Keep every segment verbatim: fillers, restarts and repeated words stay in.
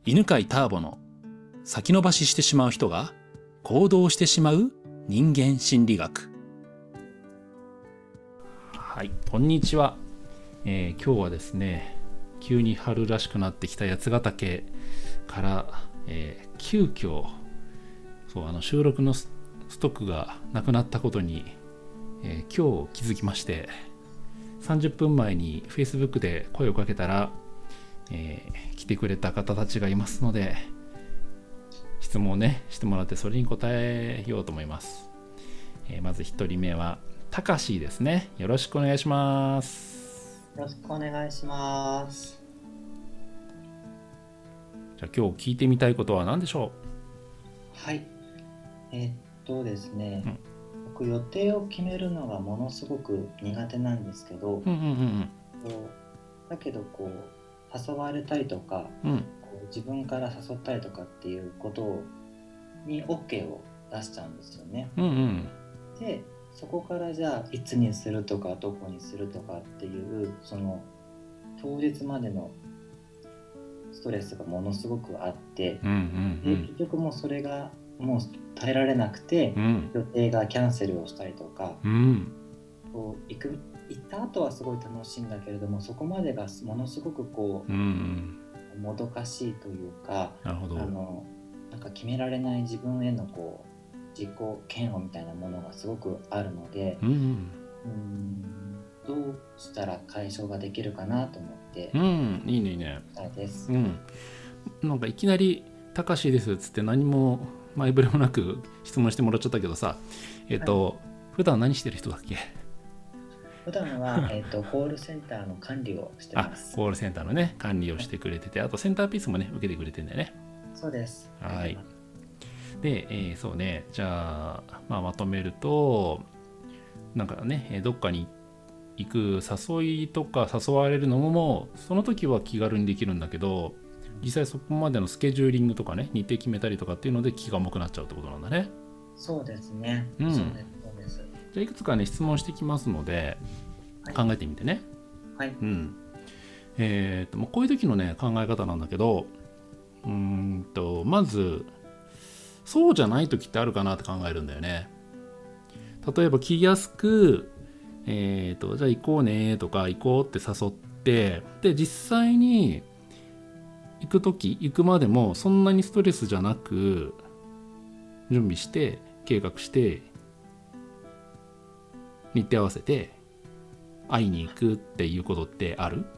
犬飼ターボの先延ばししてしまう人が行動してしまう人間心理学。はい、こんにちは、えー、今日はですね、急に春らしくなってきた八ヶ岳から、えー、急遽そうあの収録のストックがなくなったことに、えー、今日気づきまして、さんじゅっぷんまえに Facebook で声をかけたら、えー、来てくれた方たちがいますので、質問をねしてもらってそれに答えようと思います。えー、まずひとりめはたかしですね。よろしくお願いします。 よろしくお願いします。 じゃあ今日聞いてみたいことは何でしょう？はい、えー、っとですね、 うん、 僕予定を決めるのがものすごく苦手なんですけど、 うんうんうんうん、 こうだけどこう誘われたりとか、 うん、 こう自分から誘ったりとかっていうことに OK を出しちゃうんですよね。 うんうん、 でそこからじゃあいつにするとかどこにするとかっていうその当日までのストレスがものすごくあって、 うんうんうん、 で結局もうそれがもう耐えられなくて、うん、予定がキャンセルをしたりとか、うん、こう行く行った後はすごい楽しいんだけれども、そこまでがものすごくこう、うんうん、もどかしいというか、 なるほど、 あのなんか決められない自分へのこう自己嫌悪みたいなものがすごくあるので、うんうん、うーんどうしたら解消ができるかなと思って、 うん、いいねいいね、 です、 うん、なんかいきなりたかしですっつって何も前触れもなく質問してもらっちゃったけどさ、えっと、はい、普段何してる人だっけ？ 普段は、えーと、コールセンターの管理をしてます。 あ、コールセンターのね管理をしてくれてて、あとセンターピースもね受けてくれてんだよね。 そうです。 はい。で、えー、そうね、じゃあ、まあ、まとめると、なんかね、どっかに行く誘いとか誘われるのもその時は気軽にできるんだけど、実際そこまでのスケジューリングとかね、日程決めたりとかっていうので気が重くなっちゃうってことなんだね。 そうですね。 うん。 そうですそうです。 じゃあいくつかね質問してきますので、はい、考えてみてね。 はい。 うん。えー、とこういう時のね考え方なんだけど、うーんとまずそうじゃない時ってあるかなって考えるんだよね。例えば気安く、えー、とじゃあ行こうねとか行こうって誘って、で実際に行く時行くまでもそんなにストレスじゃなく準備して計画して日程合わせて会いに行くっていうことってある？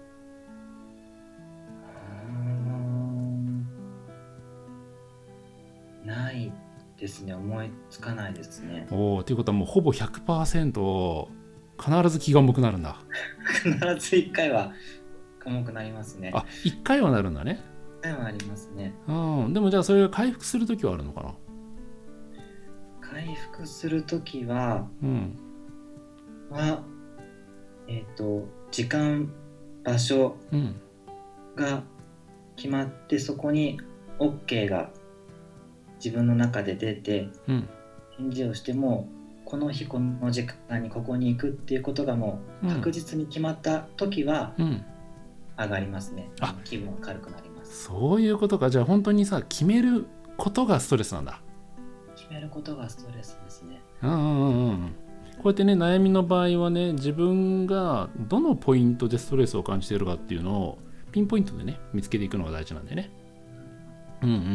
ないですね。思いつかないですね。 おー、ということはもうほぼ ひゃくパーセント 必ず気が重くなるんだ。 必ずいっかいは重くなりますね。 あ、いっかいはなるんだね。 いっかいはありますね。 うん、でもじゃあそれが回復するときはあるのかな？ 回復するときは、うん、はえっと時間場所が決まって、うん、そこに OK が自分の中で出て、うん、返事をしてもこの日この時間にここに行くっていうことがもう確実に決まった時は上がりますね、うん、あ、気分が軽くなります。 そういうことか。じゃあ本当にさ決めることがストレスなんだ。 決めることがストレスですね。 うんうんうん。こうやってね悩みの場合はね、自分がどのポイントでストレスを感じているかっていうのをピンポイントでね見つけていくのが大事なんだよね。うんうんうんうん。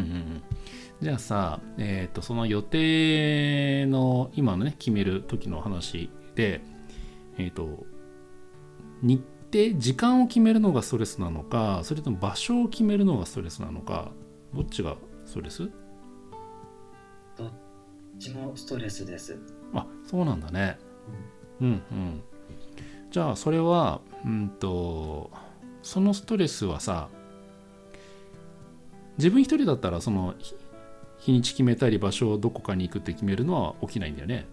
じゃあさ、えーと、その予定の今のね決める時の話で、えーと、日程時間を決めるのがストレスなのか、それとも場所を決めるのがストレスなのか、どっちがストレス？ どっちもストレスです。 あ、そうなんだね。うんうんうん。じゃあそれはうんとそのストレスはさ、自分一人だったらその日にち決めたり場所をどこかに行くって決めるのは起きないんだよね。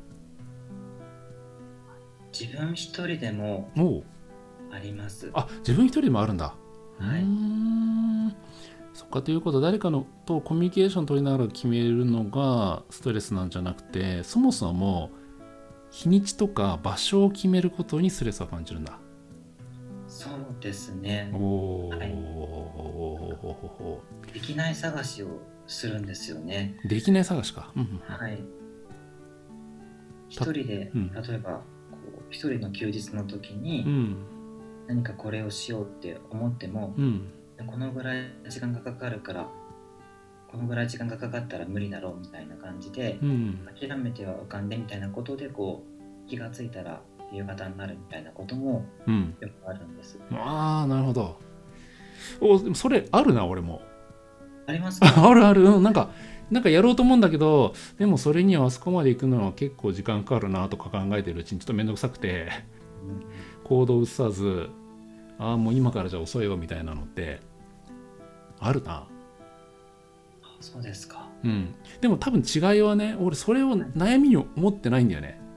自分一人でもあります。 あ、自分一人でもあるんだ。 はい。 うーん、そっか。ということは誰かのとコミュニケーション取りながら決めるのがストレスなんじゃなくて、そもそも日にちとか場所を決めることにストレスを感じるんだ。 そうですね。 おー、 はい、 ほうほうほうほう。できない探しをするんですよね。 できない探しか。 うんうん、はい。一人で、うん、例えばこう一人の休日の時に、うん、何かこれをしようって思っても、うん、このぐらい時間がかかるからこのぐらい時間がかかったら無理だろうみたいな感じで、うん、諦めては浮かんでみたいなことでこう気がついたら夕方になるみたいなこともよくあるんです、 うん、ああなるほど。おでもそれあるな俺も。 ありますか？ あるある、うん、なんかなんかやろうと思うんだけどでもそれにはあそこまで行くのは結構時間かかるなとか考えてるうちにちょっと面倒くさくて、うん、行動移さずああもう今からじゃ遅いよみたいなのってあるな。 そうですか。 うん。でも多分違いはね、俺それを悩みに思ってないんだよね。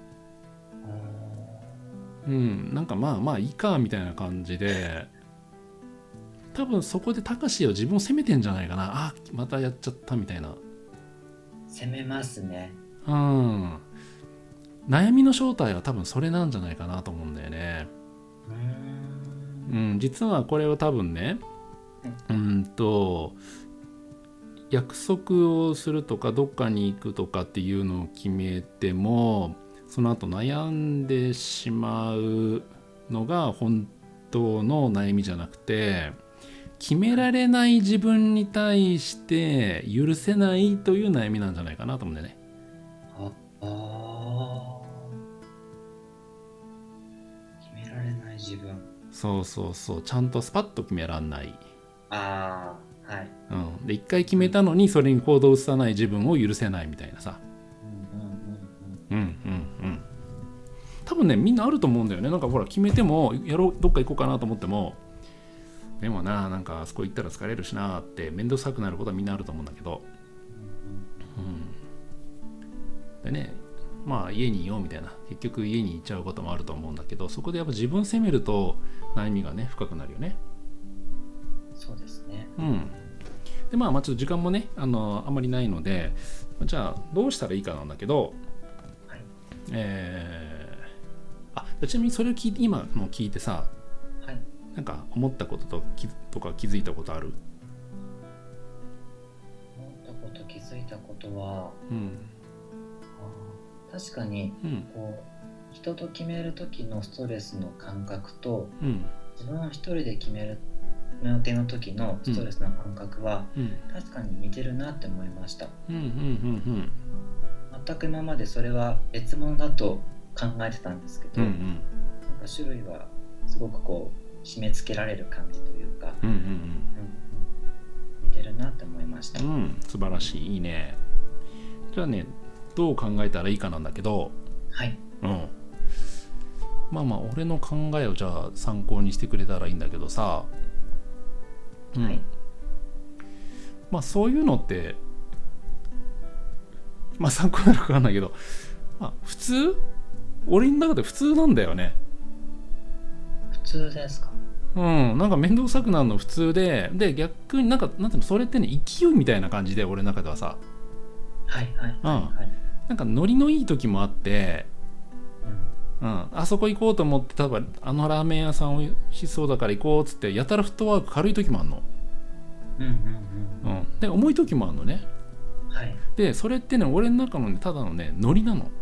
うん。なんかまあまあいいかみたいな感じで、多分そこでたかしを自分を責めてんじゃないかな。あ、またやっちゃったみたいな。 責めますね。 うん。悩みの正体は多分それなんじゃないかなと思うんだよね。うん。うん。実はこれは多分ね、うんと。約束をするとかどっかに行くとかっていうのを決めてもその後悩んでしまうのが本当の悩みじゃなくて決められない自分に対して許せないという悩みなんじゃないかなと思うんだよね。 ああ決められない自分。 そうそうそうちゃんとスパッと決めらんない。 ああはい、 うん、で一回決めたのにそれに行動を移さない自分を許せないみたいなさ。うんうんうんうん多分ねみんなあると思うんだよね。なんかほら決めてもやろうどっか行こうかなと思ってもでもななんかあそこ行ったら疲れるしなって面倒くさくなることはみんなあると思うんだけど、うん、でねまあ家にいようみたいな結局家に行っちゃうこともあると思うんだけどそこでやっぱ自分責めると悩みがね深くなるよね。 そうですね。 うん。でまあまあちょっと時間もねあのあんまりないのでじゃあどうしたらいいかなんだけど、はい、えー、あちなみにそれを聞いて今の聞いてさ、はい、なんか思ったことととか気づいたことある？ 思ったこと気づいたことは、うん、あ確かに、うん、こう人と決める時のストレスの感覚と、うん、自分は一人で決める予定の時のストレスの感覚は、うん、確かに似てるなって思いました、うんうんうんうん、全く今までそれは別物だと考えてたんですけど、うんうん、なんか種類はすごくこう締め付けられる感じというか、うんうんうんうん、似てるなって思いました、 うん、素晴らしいいいね。じゃあねどう考えたらいいかなんだけど、はい、うん、まあまあ俺の考えをじゃあ参考にしてくれたらいいんだけどさ、うんはい、まあそういうのってまあ参考になるか分かんないけど、まあ、普通俺の中で普通なんだよね。 普通ですか？ うんなんか面倒くさくなるの普通でで逆になんかなんていうのそれってね勢いみたいな感じで俺の中ではさはいはいはい、はいうん、なんかノリのいい時もあってうん、あそこ行こうと思って例えばあのラーメン屋さんおいしそうだから行こうっつってやたらフットワーク軽い時もあるの、うんうんうんうん、で重い時もあるのね、はい、でそれってね俺の中のねただのねノリなの、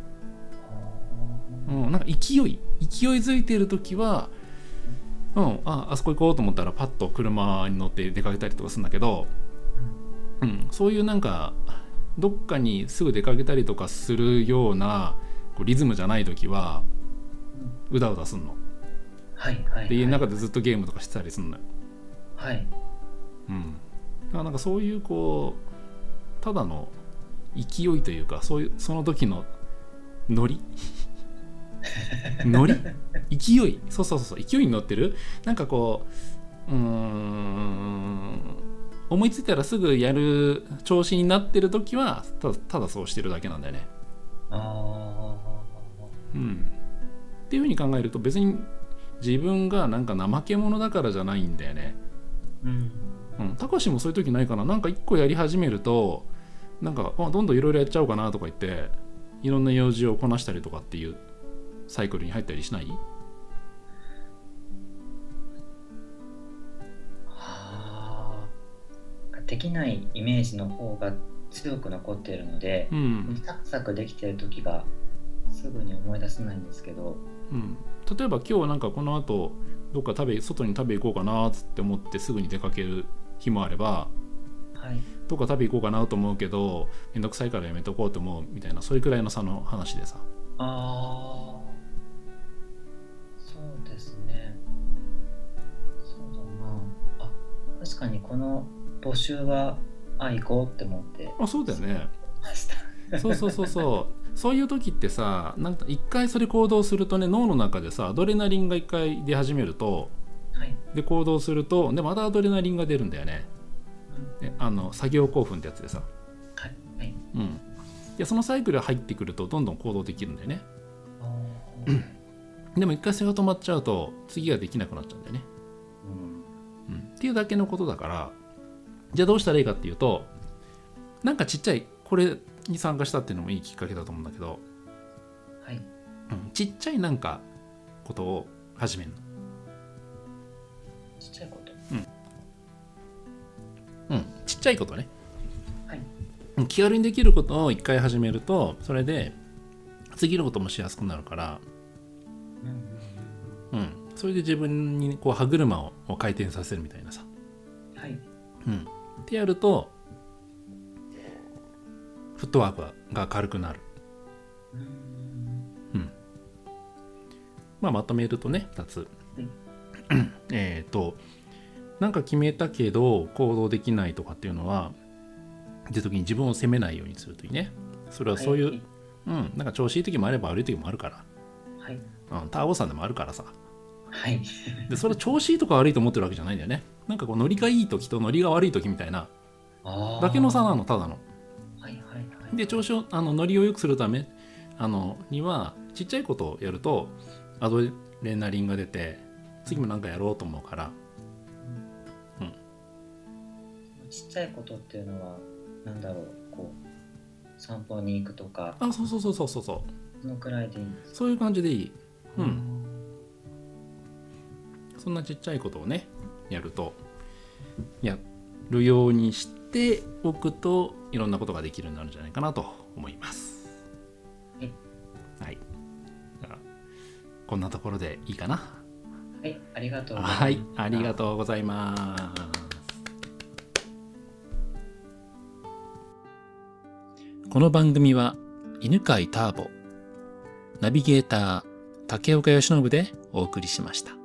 うん、なんか勢い勢いづいてる時は、うん、あ, あそこ行こうと思ったらパッと車に乗って出かけたりとかするんだけど、うん、そういうなんかどっかにすぐ出かけたりとかするようなリズムじゃない時はうだうだすんの、はいはいはい、で家の中でずっとゲームとかしてたりすんのよ。はい、うん、だからなんかそういうこうただの勢いというかそういうその時のノリノリ勢いそうそうそう勢いに乗ってるなんかこううーん思いついたらすぐやる調子になってる時はただ、ただそうしてるだけなんだよね。あうん、っていう風に考えると別に自分がなんか怠け者だからじゃないんだよね。うんうん、高橋もそういう時ないかな。なんか一個やり始めるとなんかあどんどんいろいろやっちゃおうかなとか言っていろんな用事をこなしたりとかっていうサイクルに入ったりしない？ はあできないイメージの方が強く残っているので、うん、サクサクできている時がすぐに思い出せないんですけど、 うん、例えば今日なんかこの後どっか食べ外に食べ行こうかなって思ってすぐに出かける日もあれば、 はい、 どっか食べ行こうかなと思うけどめんどくさいからやめとこうと思うみたいな、それくらいの差の話でさ。 ああ、そうですね。そうだなあ。確かにこの募集はあ行こうって思って。 あ、そうだよね。そうそうそうそう。そういう時ってさ、なんか一回それ行動するとね、脳の中でさアドレナリンが一回出始めると、 はい、 で行動するとでまたアドレナリンが出るんだよね。うん、あの作業興奮ってやつでさ。 はいはい。 うん。でそのサイクルが入ってくるとどんどん行動できるんだよね。でも一回それが止まっちゃうと次ができなくなっちゃうんだよね。うん。うん、っていうだけのことだから、じゃあどうしたらいいかっていうと、なんかちっちゃいこれに参加したっていうのもいいきっかけだと思うんだけど、 はい、うん、 ちっちゃいなんかことを始めるの。 ちっちゃいこと、 うん、うん、ちっちゃいことね、 はい、 気軽にできることを一回始めると、それで次のこともしやすくなるから、うん、うん、それで自分にこう歯車を回転させるみたいなさ、 はい、 うん、ってやるとフットワークが軽くなる。うん、まあまとめるとねふたつ、うん、えっとなんか決めたけど行動できないとかっていうのはって時に自分を責めないようにするといいね。それはそういう、はい、うん、なんか調子いい時もあれば悪い時もあるから、 はい、 うん、ターボさんでもあるからさ、 はい、 でそれは調子いいとか悪いと思ってるわけじゃないんだよね。なんかこうノリがいい時とノリが悪い時みたいなだけの差なの、ただの。 はいはいはい、 で調子をあのノリを良くするためあのにはちっちゃいことをやるとアドレナリンが出て次も何かやろうと思うから、 うんうん、ちっちゃいことっていうのはなんだろう、こう散歩に行くとか。 あ、そうそうそうそうそうそう。そのくらいでいいんですか？ そういう感じでいい。うん。うん、そんなちっちゃいことをねやるとやるようにしておくといろんなことができるようになるんじゃないかなと思います。 はい。 はい。こんなところでいいかな。 はい、ありがとうございます。 はい、ありがとうございます。この番組は犬飼ターボ、ナビゲーター竹岡由伸でお送りしました。